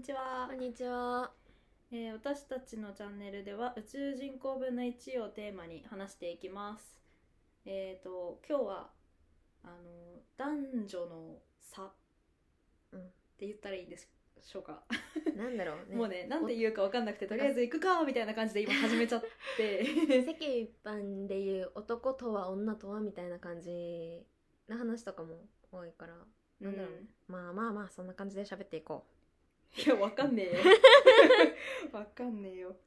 にちはこん。にちは。 私たちのチャンネルでは宇宙人口分の1をテーマに話していきます。今日は男女の差って言ったらいいんでしょうか。 なんだろうね。 もうね、なんて言うか分かんなくて、とりあえず行くかみたいな感じで今始めちゃって世間一般でいう男とは女とはみたいな感じな話とかも多いから、なんだろうね。まあそんな感じで喋っていこいや、分かんねえよ分かんねえよ。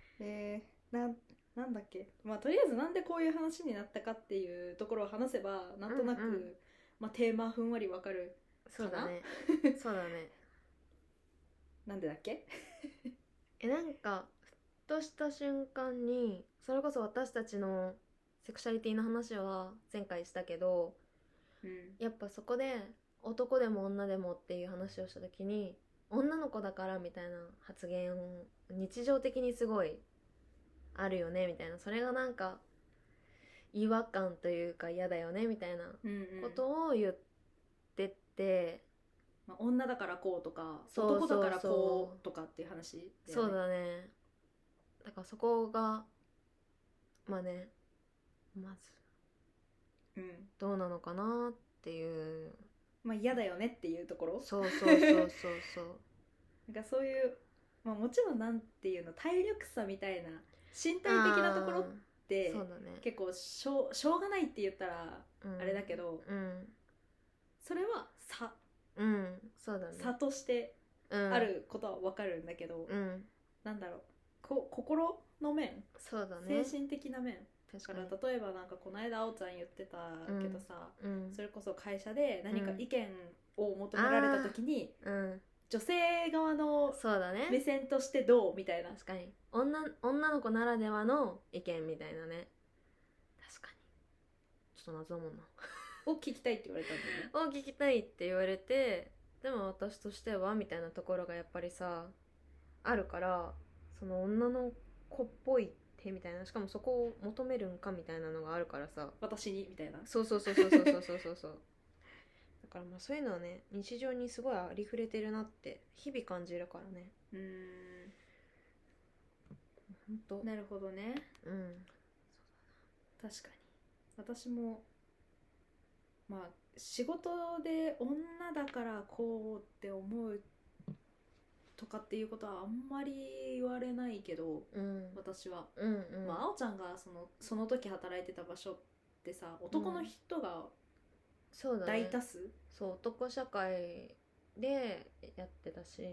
なんだっけ、とりあえずなんでこういう話になったかっていうところを話せばなんとなく、テーマふんわりわかるう。そうだね。そうだね。 なんでだっけなんかふっとした瞬間に、それこそ私たちのセクシャリティの話は前回したけど、やっぱそこで男でも女でもっていう話をした時に、女の子だからみたいな発言を日常的にすごいあるよねみたいな、それがなんか違和感というか嫌だよねみたいなことを言ってて、 女だからこうとかそうそうそう男だからこうとかっていう話だよね。 そうだね。だからそこがまずどうなのかなっていう、 嫌だよねっていうところ。 そうなんかそういう、もちろんなんていうの、体力差みたいな身体的なところってそうだね。 結構しょうがないって言ったらあれだけど、それはそうだね。 差としてあることは分かるんだけど、なんだろう、心の面、 そうだね。 精神的な面だから、例えばなんかこの間あおちゃん言ってたけどさ、それこそ会社で何か意見を求められた時に、女性側の目線としてどうみたいな。 確かに女の子ならではの意見みたいなね。確かにちょっと謎だもんなを聞きたいって言われたんだよね。 を聞きたいって言われて、でも私としてはみたいなところがやっぱりさあるから、その女の子っぽいってみたいな、しかもそこを求めるんかみたいなのがあるからさ、 私にみたいな。 そうだからそういうのはね、日常にすごいありふれてるなって日々感じるからね。ほんと。 なるほどね。確かに私も仕事で女だからこうって思うとかっていうことはあんまり言われないけど、私は、あおちゃんがその時働いてた場所ってさ、男の人が大多数、 そう男社会でやってたし、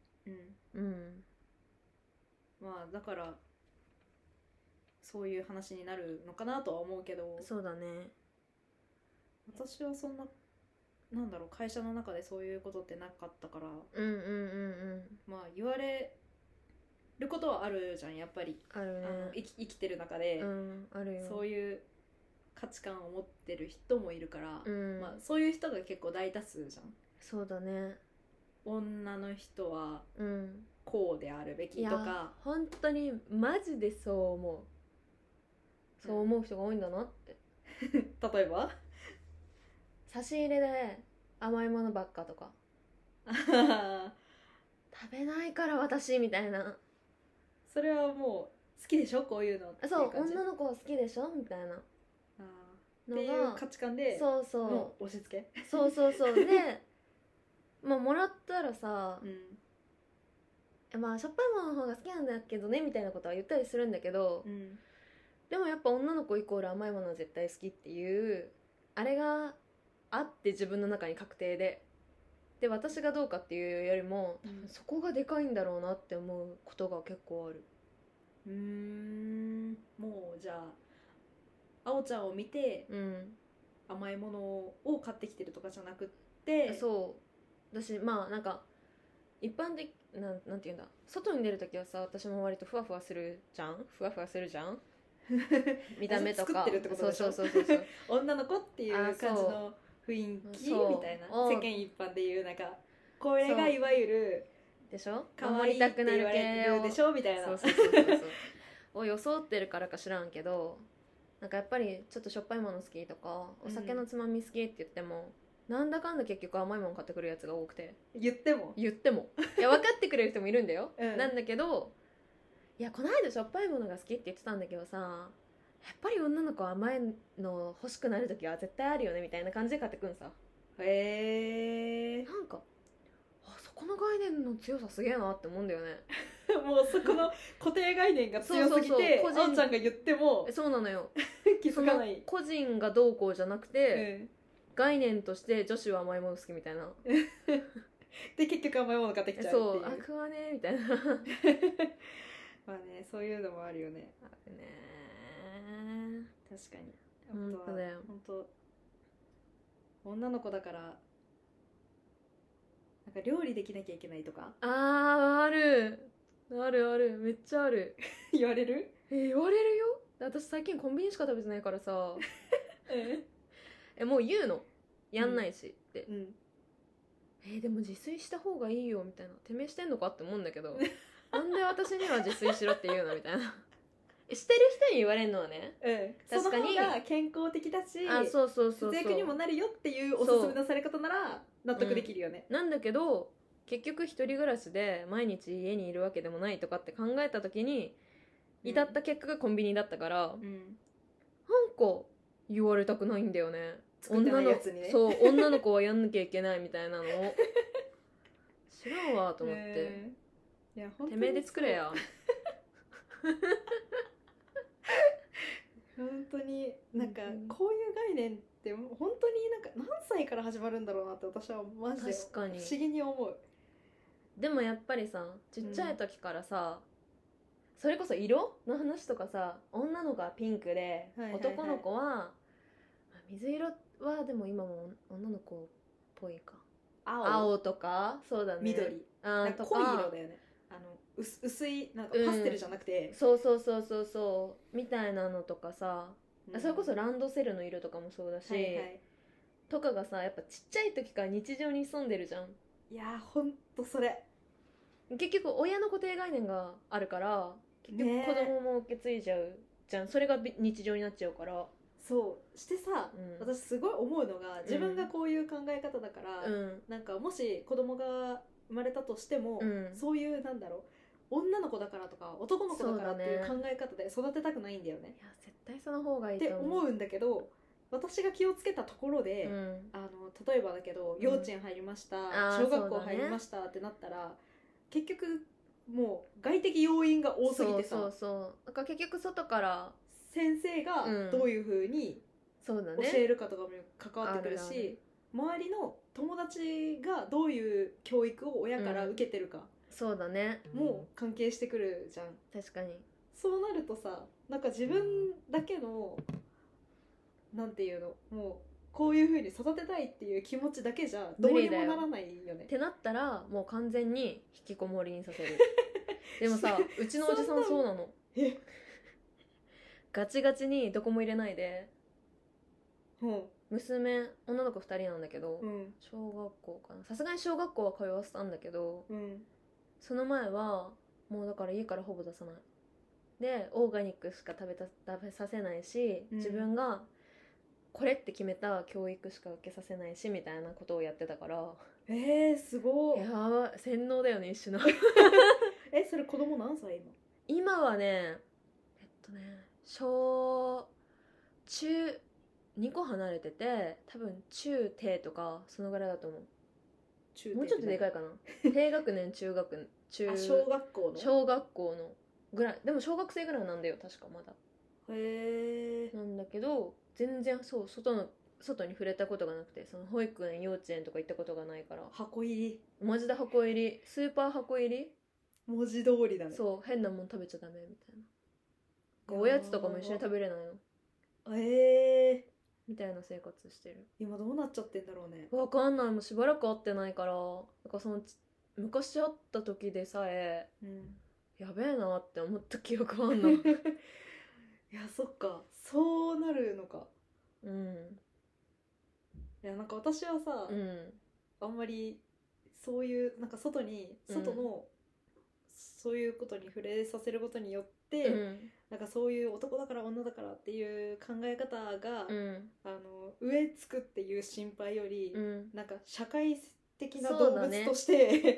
だからそういう話になるのかなとは思うけど、 そうだね。 私はそんな、なんだろう、会社の中でそういうことってなかったから、言われることはあるじゃん、やっぱり。 あるね。 生きてる中で、 あるよ。 そういう価値観を持ってる人もいるから、そういう人が結構大多数じゃん。 そうだね。 女の人はこうであるべきとか、 本当にマジでそう思う。そう思う人が多いんだなって例えば差し入れで甘いものばっかとか食べないから私みたいな。 それはもう好きでしょこういうのっていうそう、 感じ。 女の子は好きでしょみたいなっていう価値観での押し付け。 そうでもらったらさ、しょっぱいものの方が好きなんだけどねみたいなことは言ったりするんだけど、でもやっぱ女の子イコール甘いものは絶対好きっていうあれがあって、自分の中に確定で私がどうかっていうよりも、多分そこがでかいんだろうなって思うことが結構ある。 もうじゃああおちゃんを見て、甘いものを買ってきてるとかじゃなくって、 そう私なんか一般的なんていうんだ、外に出るときはさ、私も割とふわふわするじゃん見た目とか。 作ってるってことでしょ。 そう女の子っていう感じの雰囲気みたいな、世間一般でいうなんかこれがいわゆるでしょ、 可愛いって言われるでしょみたいなを装ってるからか知らんけど、なんかやっぱりちょっとしょっぱいもの好きとかお酒のつまみ好きって言っても、 なんだかんだ結局甘いもの買ってくるやつが多くて、 言ってもいや分かってくれる人もいるんだよ、 なんだけど、いやこの間しょっぱいものが好きって言ってたんだけどさ、やっぱり女の子は甘いの欲しくなる時は絶対あるよねみたいな感じで買ってくんさ。なんかそこの概念の強さすげえなって思うんだよねもうそこの固定概念が強すぎて、あおちゃんが言ってもそうなのよ気づかない。 個人がどうこうじゃなくて、概念として女子は甘いもの好きみたいなで結局甘いもの買ってきちゃうっていう。 そう食わねえみたいなまあね、そういうのもあるよね。 あるね。 確かに。 本当だよ。 本当女の子だからなんか料理できなきゃいけないとか。 あるめっちゃある言われる？ 言われるよ。私最近コンビニしか食べてないからさもう言うのやんないしって、でも自炊した方がいいよみたいな、てめえしてんのかって思うんだけどなんで私には自炊しろって言うのみたいなしてる人に言われるのはね、 確かにその方が健康的だし、節約にもなるよっていうおすすめのされ方なら納得できるよね、 なんだけど結局一人暮らしで毎日家にいるわけでもないとかって考えた時に至った結果がコンビニだったから、なんか言われたくないんだよね。 作ってないやつにね。 そう女の子はやんなきゃいけないみたいなのを知らんわと思って、 いや本当にてめえで作れや本当になんかこういう概念って本当になんか何歳から始まるんだろうなって私はマジで不思議に思う。 でもやっぱりさ、ちっちゃい時からさ、それこそ色の話とかさ、女の子はピンクで、男の子は水色はでも今も女の子っぽいか、青とか、そうだね、 緑なんか濃い色だよね、薄いなんかパステルじゃなくて、 そうみたいなのとかさ、それこそランドセルの色とかもそうだし、とかがさ、やっぱちっちゃい時から日常に潜んでるじゃん。 いやほんとそれ結局親の固定概念があるから結局子供も受け継いじゃうじゃん、それが日常になっちゃうから。 そうしてさ、私すごい思うのが、自分がこういう考え方だから、なんかもし子供が生まれたとしても、そういうなんだろう、女の子だからとか男の子だからっていう考え方で育てたくないんだよね。 いや絶対その方がいいとって思うんだけど、私が気をつけたところで、例えばだけど幼稚園入りました、小学校入りましたってなったら、結局もう外的要因が多すぎてさ、 だから結局外から先生がどういう風に教えるかとかも関わってくるし、周りの友達がどういう教育を親から受けてるか、 そうだね、 もう関係してくるじゃん。 確かに。 そうなるとさ、なんか自分だけのなんていうの、もうこういう風に育てたいっていう気持ちだけじゃどうにもならないよね。 ってなったらもう完全に引きこもりにさせるでもさ、うちのおじさんそうなのガチガチにどこも入れないで、娘女の子2人なんだけど、小学校かな、さすがに小学校は通わせたんだけど、その前はもうだから家からほぼ出さないで、オーガニックしか食べさせないし、自分がこれって決めた教育しか受けさせないしみたいなことをやってたから。 すごい。 やばい、洗脳だよね一種のそれ子供何歳今はね、小中2個離れてて、多分中低とかそのぐらいだと思う。もうちょっとでかいかな低学年中学中小学校のぐらい、でも小学生ぐらいなんだよ確かまだ。なんだけど全然そう外に触れたことがなくて、その保育園幼稚園とか行ったことがないから。 箱入り、 マジで箱入り、スーパー箱入り、 文字通りだね。 そう、変なもん食べちゃダメみたいな、おやつとかも一緒に食べれないのみたいな生活してる。 今どうなっちゃってんだろうね。 わかんない、もうしばらく会ってないから。なんかその昔会った時でさえ、やべえなって思った記憶あんのいやそっか、そうなるのか。いやなんか私はさ、あんまりそういうなんか外の、そういうことに触れさせることによっ 、なんかそういう男だから女だからっていう考え方が、植えつくっていう心配より、なんか社会的な動物として、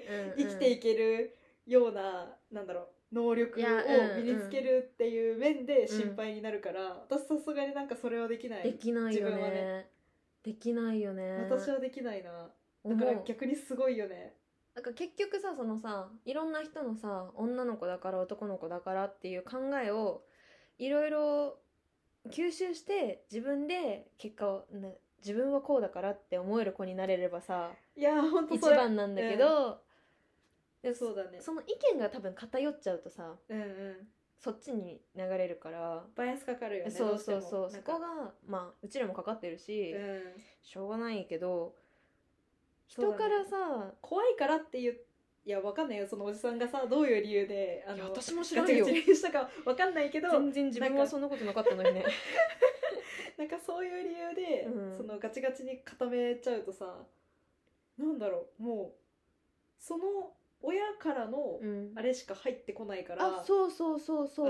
生きていけるような、なんだろう、能力を身につけるっていう面で心配になるから、私さすがになんかそれはできない。 できないよね。自分はね。できないよね。 私はできないな。だから逆にすごいよね。 なんか結局さ、そのさ、いろんな人のさ、女の子だから男の子だからっていう考えをいろいろ吸収して自分で結果を自分はこうだからって思える子になれればさ、 いや本当一番なんだけど、 そうだね。 その意見が多分偏っちゃうとさ、そっちに流れるからバイアスかかるよね。 そうそうそう、そこがまあうちらもかかってるし、しょうがないけど、人からさ、 怖いからっていう、いやわかんないよ、そのおじさんがさどういう理由で私も知らないよ、 ガチガチにしたかわかんないけど、 全然自分はそんなことなかったのにねなんかそういう理由で、そのガチガチに固めちゃうとさ、なんだろう、もうその親からのあれしか入ってこないから、 そうそうそうそう、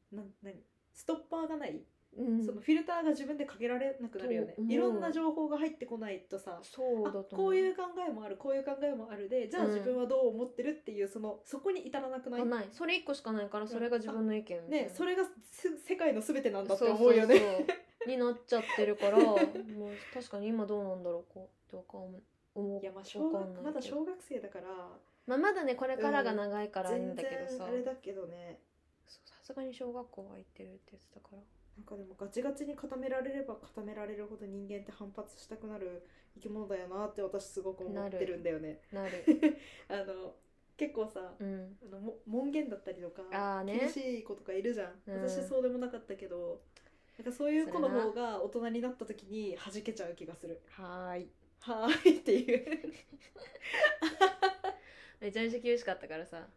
何ストッパーがない、そのフィルターが自分でかけられなくなるよね。いろんな情報が入ってこないとさ、こういう考えもある、こういう考えもあるで、じゃあ自分はどう思ってるっていう、そこに至らなくない？ ない、それ一個しかないから、それが自分の意見ね、それが世界の全てなんだって思うよね。 になっちゃってるから、もう確かに今どうなんだろうかって思う。 いやまだ小学生だから、 まだねこれからが長いからいいんだけどさ、 あれだけどね、 さすがに小学校は行ってるって言ってたから。 なんかでもガチガチに固められれば固められるほど人間って反発したくなる生き物だよなって私すごく思ってるんだよね。 なる結構さ、門限だったりとか、厳しい子とかいるじゃん。私そうでもなかったけど、なんかそういう子の方が大人になった時に弾けちゃう気がする。 はーいっていうめちゃめちゃ厳しかったからさ、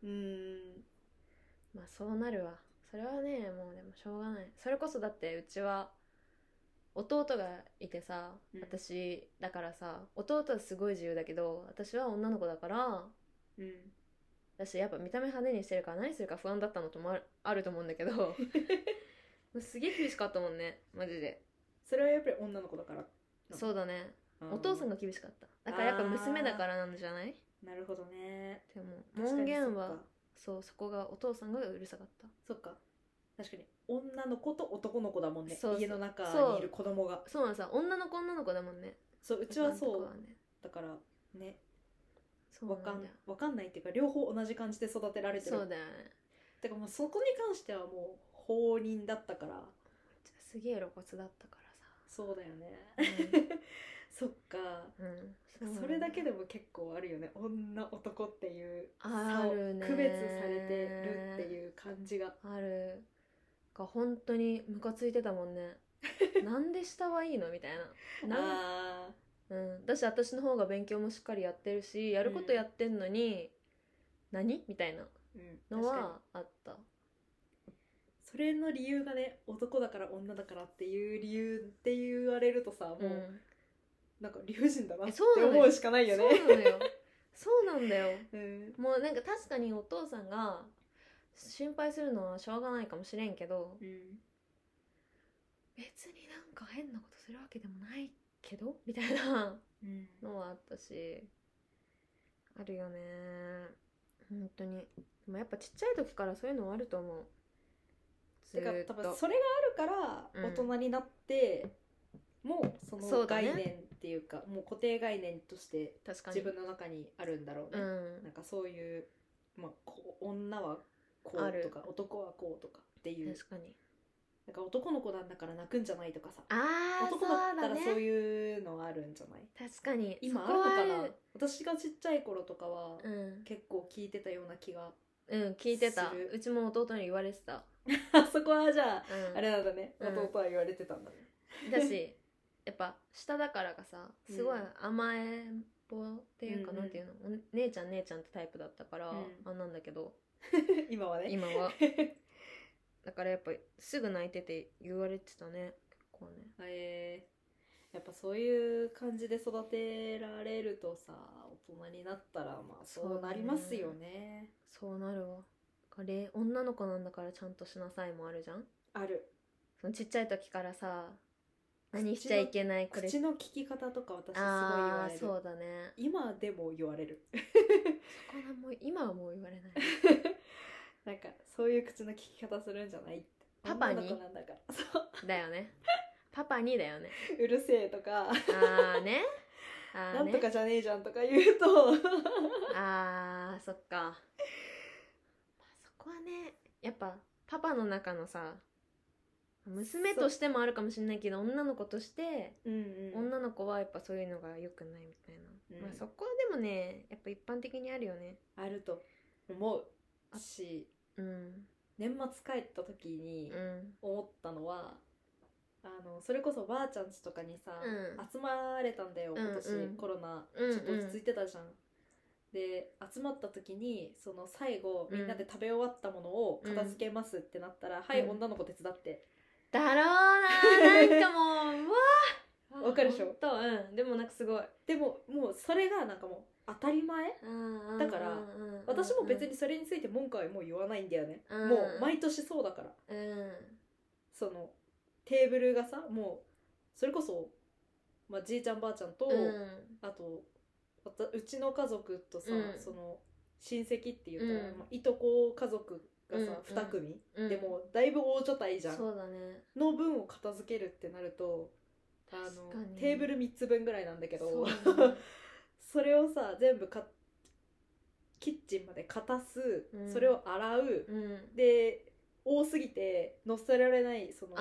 まあそうなるわ。それはね、もうでもしょうがない。それこそだってうちは弟がいてさ、私だからさ、弟はすごい自由だけど私は女の子だから、私やっぱ見た目派手にしてるから何するか不安だったのともあると思うんだけどすげえ厳しかったもんね、マジで。 それはやっぱり女の子だから。 そうだね、お父さんが厳しかった。だからやっぱ娘だからなんじゃない？ なるほどね。 でも門限はそこがお父さんがうるさかった。 そっか、確かに女の子と男の子だもんね。家の中にいる子供が。 そうなんさ、女の子だもんね。 そう、うちはそう、だからね、わかんないっていうか、両方同じ感じで育てられてる。 そうだよね。 てかもうそこに関してはもう放任だったから。 すげえ露骨だったからさ。 そうだよね、そっか、それだけでも結構あるよね、女男っていう差を区別されてるっていう感じがある。本当にムカついてたもんねなんで下はいいのみたいな。だし私の方が勉強もしっかりやってるし、やることやってんのに、何みたいなのはあった。 それの理由がね、男だから女だからっていう理由って言われるとさ、もう、なんか理不尽だなって思うしかないよね。 そうなんだよもうなんか確かにお父さんが心配するのはしょうがないかもしれんけど、別になんか変なことするわけでもないけどみたいなのはあったし、あるよね本当に。でもやっぱちっちゃい時からそういうのはあると思う。 てか多分それがあるから大人になって、もうその概念っていうか、もう固定概念として自分の中にあるんだろうね。なんかそういう、女はこうとか男はこうとかっていう。 確かに。 なんか男の子なんだから泣くんじゃないとかさ、男だったらそういうのあるんじゃない？ 確かに。 今あるのかな？私がちっちゃい頃とかは結構聞いてたような気が聞いてた。うちも弟に言われてたそこはじゃあ、あれなんだね、弟は言われてたんだね。 だしやっぱ下だからがさ、すごい甘えん坊っていうか、なんていうの、姉ちゃんってタイプだったから、あんなんだけど今はね。 今はだからやっぱすぐ泣いてて言われてたね、結構ね。 やっぱそういう感じで育てられるとさ、大人になったらまあそうなりますよね。 そうなるわ。 これ女の子なんだからちゃんとしなさいもあるじゃん。 ある。 そのちっちゃい時からさ、何しちゃいけない、これ口の聞き方とか私すごい言われる。 そうだね。 今でも言われる。 そこはもう今はもう言われない。 なんかそういう口の聞き方するんじゃないって。 パパに女の子なんだからそうだよね。パパにだよね。 うるせえとかね。 なんとかじゃねえじゃんとか言うとそっか。そこはね、やっぱパパの中のさ、娘としてもあるかもしれないけど、女の子として、女の子はやっぱそういうのが良くないみたいな、そこでもねやっぱ一般的にあるよね。 あると思うし、年末帰った時に思ったのは、それこそばあちゃん家とかにさ、集まれたんだよ今年、コロナちょっと落ち着いてたじゃん。で集まった時にその最後みんなで食べ終わったものを片付けますってなったら、はい女の子手伝ってだろうな、なんかもうわかるでしょ。 でもなんかすごい、 でももうそれがなんかもう当たり前だから、私も別にそれについて文句はもう言わないんだよね。もう毎年そうだから、そのテーブルがさ、もうそれこそ、じいちゃんばあちゃんと、あとうちの家族とさ、その親戚って言ったら、いとこ家族がさ、2組、でもだいぶ大所帯じゃん。 そうだね。 の分を片付けるってなるとテーブル3つ分ぐらいなんだけど、 それをさ全部キッチンまで片す、それを洗う、で多すぎて乗せられない、その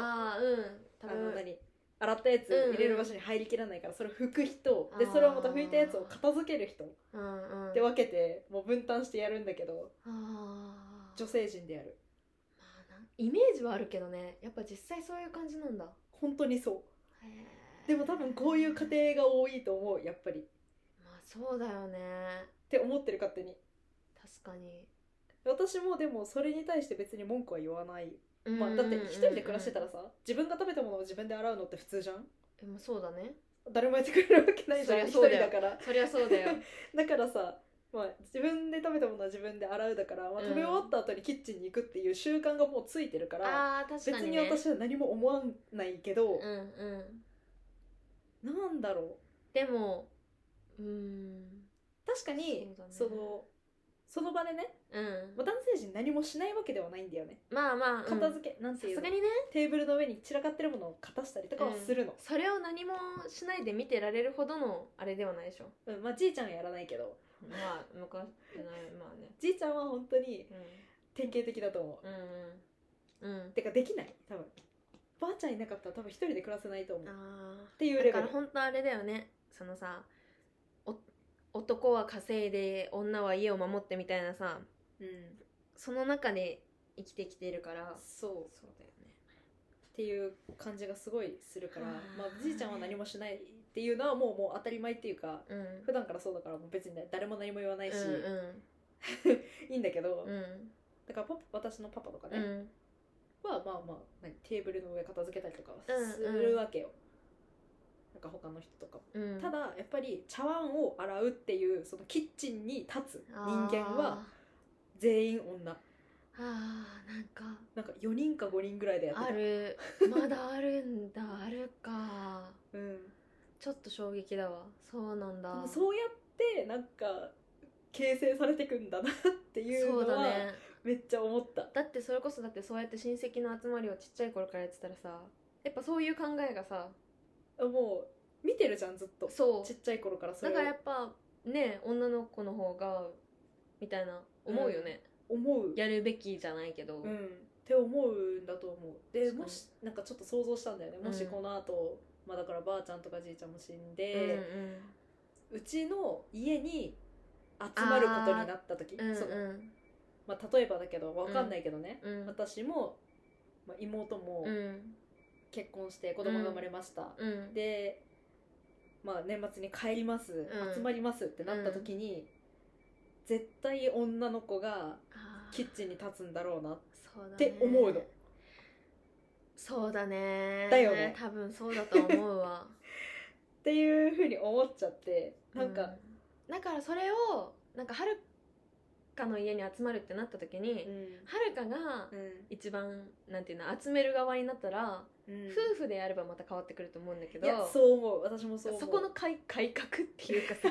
洗ったやつ入れる場所に入りきらないから、それを拭く人で、それをまた拭いたやつを片付ける人って分けてもう分担してやるんだけど、女性陣でやる。 イメージはあるけどね、やっぱ実際そういう感じなんだ。 本当にそう。でも多分こういう家庭が多いと思う、やっぱり。 そうだよねって思ってる、勝手に。 確かに。 私もでもそれに対して別に文句は言わない。だって一人で暮らしてたらさ、自分が食べたものを自分で洗うのって普通じゃん。 そうだね。 誰もやってくれるわけないじゃん、一人だから。 そりゃそうだよだからさ、自分で食べたものは自分で洗うだから、食べ終わった後にキッチンに行くっていう習慣がもうついてるから、別に私は何も思わないけど、なんだろう。でも確かにその場でね、男性陣何もしないわけではないんだよね。片付け、なんていうの、さすがにね、テーブルの上に散らかってるものを片したりとかはするの、 それを何もしないで見てられるほどのあれではないでしょ。 じいちゃんはやらないけど、 昔じいちゃんは本当に典型的だと思う。てかできない、多分ばあちゃんいなかったら多分一人で暮らせないと思うっていうレベル。 だから本当あれだよね、そのさ、男は稼いで女は家を守ってみたいなさ、その中で生きてきてるから、 そうだよねっていう感じがすごいするから、じいちゃんは何もしないっていうのはもう当たり前っていうか、普段からそうだからもう別に、ね、誰も何も言わないし、いいんだけど、だから私のパパとかね、はテーブルの上片付けたりとかするわけよ、なんか他の人とかも、ただやっぱり茶碗を洗うっていうそのキッチンに立つ人間は全員女。なんか4人か5人ぐらいでやってた。 ある、まだあるんだあるかちょっと衝撃だわ。そうなんだ。 そうやってなんか形成されてくんだなっていうのはめっちゃ思った。 だってそれこそそうやって親戚の集まりをちっちゃい頃からやってたらさ、やっぱそういう考えがさ、 もう見てるじゃんずっと。そうちっちゃい頃から。それだからやっぱね、女の子の方がみたいな思うよね、 思う。 やるべきじゃないけど、 って思うんだと思う。でもしなんかちょっと想像したんだよね、もしこの後、だからばあちゃんとかじいちゃんも死んで、うちの家に集まることになった時、例えばだけど分かんないけどね、私も、妹も結婚して子供が生まれました、で、年末に帰ります、集まりますってなった時に、絶対女の子がキッチンに立つんだろうなって思うの。 そうだね。 だよね。 多分そうだと思うわ。 っていう風に思っちゃって、なんか、 だからそれをなんかはるかの家に集まるってなった時に、はるかが一番なんていうの集める側になったら、夫婦でやればまた変わってくると思うんだけど、 いやそう思う、私もそう思う。 そこの改革っていうかさ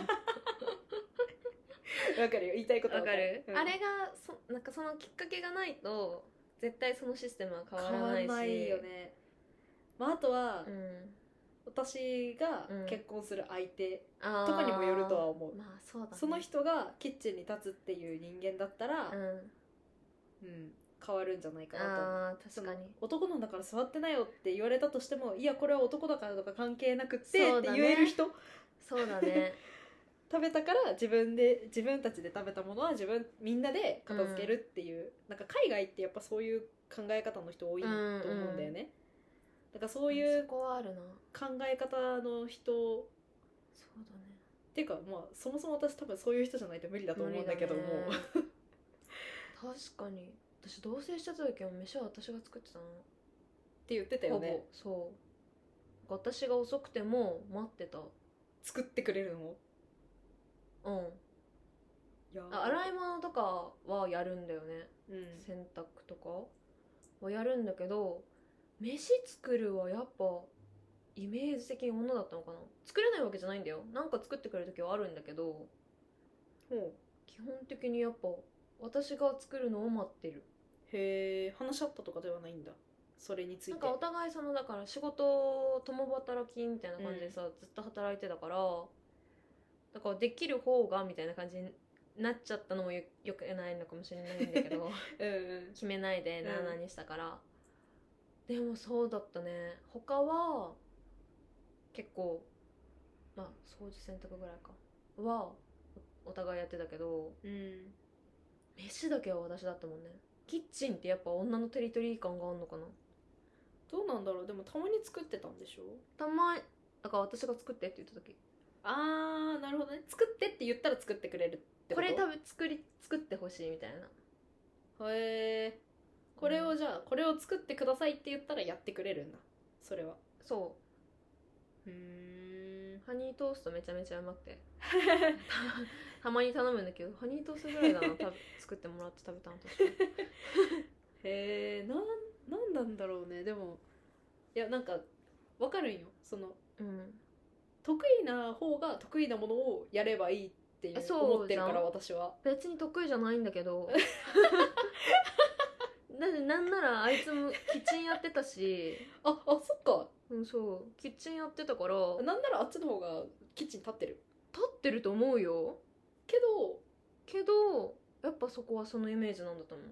わかるよ、言いたいことわかる、あれがなんかそのきっかけがないと絶対そのシステムは変わらないし、 変わらないよね。あとは、私が結婚する相手とかにもよるとは思う。 まあそうだね、 その人がキッチンに立つっていう人間だったら、変わるんじゃないかなと思う。 確かに男なんだから座ってなよって言われたとしても、いやこれは男だからとか関係なくってって言える人、 そうだね食べたから自分たちで食べたものはみんなで片付けるっていう、なんか海外ってやっぱそういう考え方の人多いと思うんだよね。だからそういう考え方の人、 そうだね。 っていうかまあそもそも私多分そういう人じゃないと無理だと思うんだけども確かに私同棲してた時は飯は私が作ってたのって言ってたよね。 そう私が遅くても待ってた。 作ってくれるの？ いや洗い物とかはやるんだよね、洗濯とかはやるんだけど、飯作るはやっぱイメージ的なものだったのかな。作れないわけじゃないんだよ、なんか作ってくれる時はあるんだけど、基本的にやっぱ私が作るのを待ってる。 へえ、話し合ったとかではないんだ、それについて。 なんかお互いだから仕事共働きみたいな感じでさ、ずっと働いてたから、だからできる方がみたいな感じになっちゃったのもよくないのかもしれないんだけど決めないでなあなあにしたから、でもそうだったね。他は結構まあ掃除洗濯ぐらいかはお互いやってたけど、飯だけは私だったもんね。キッチンってやっぱ女のテリトリー感があるのかな。 どうなんだろう。でもたまに作ってたんでしょ。 だから私が作ってって言った時、 あーなるほどね、作ってって言ったら作ってくれるってこと。 これ多分作ってほしいみたいな。 へえ、これをじゃあ、これを作ってくださいって言ったらやってくれるんだ、それは。 そう。ハニートーストめちゃめちゃうまくてたまに頼むんだけど、ハニートーストぐらいだな作ってもらって食べたの確かへえ、なんなんだろうね。でもいやなんか分かるんよ、得意な方が得意なものをやればいいって思ってるから、私は別に得意じゃないんだけどなんならあいつもキッチンやってたしそっか、 そうキッチンやってたから、 なんならあっちの方がキッチン立ってると思うよ。 けどやっぱそこはそのイメージなんだと思う。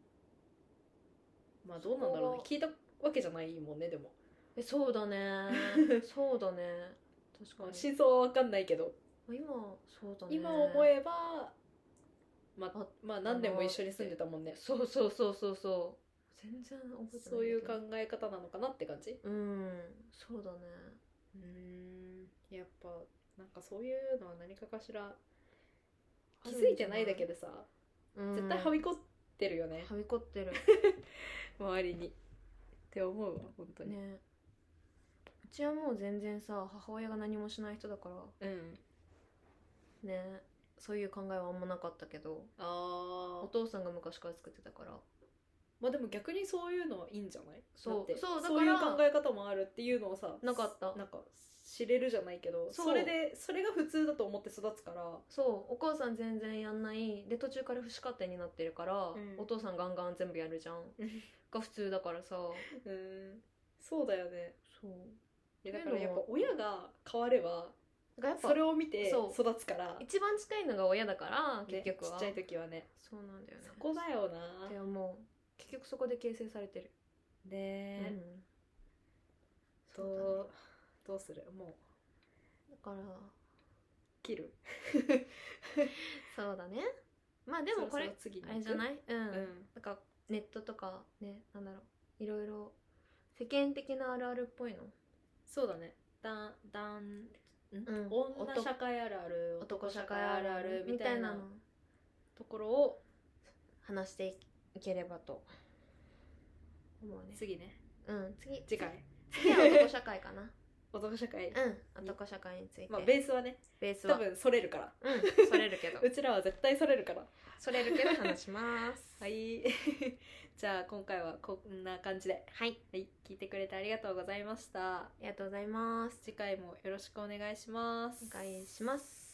まあどうなんだろうね、聞いたわけじゃないもんね。でもそうだねそうだね、確かに真相は分かんないけど、 そうだね、 今思えばまあ何年も一緒に住んでたもんね。 そう全然覚えてない。 そういう考え方なのかなって感じ。 そうだね。 やっぱなんかそういうのは何かしら気づいてないだけでさ、絶対はびこってるよね。 はびこってる周りにって思うわ本当にね。 うちはもう全然さ、母親が何もしない人だからね、そういう考えはあんまなかったけど、お父さんが昔から作ってたから。 まあでも逆にそういうのはいいんじゃない。 そうだいう考え方もあるっていうのをさ、 なかった、 なんか知れるじゃないけど、それが普通だと思って育つから。 そうお母さん全然やんないで、途中から不死家庭になってるから、お父さんガンガン全部やるじゃんが普通だからさそうだよね。 そういやだからやっぱ親が変わればそれを見て育つから、 一番近いのが親だから、結局は、 ちっちゃい時はね。 そうなんだよね。 そこだよな。 でももう結局そこで形成されてるね。どうする、もうだから切るそうだね。まあでもこれあれじゃない、なんかネットとかね、なんだろう、いろいろ世間的なあるあるっぽいの。 そうだね。女社会あるある、男社会あるあるみたいなところを話していければと思うね。 次ね。 次回は男社会かな男社会、 男社会について、 まあベースはね、 ベースは多分それるから、 それるけどうちらは絶対それるから、 それるけど話しますはいじゃあ今回はこんな感じで、 はい、 はい、聞いてくれてありがとうございました。 ありがとうございます。 次回もよろしくお願いします。 お願いします。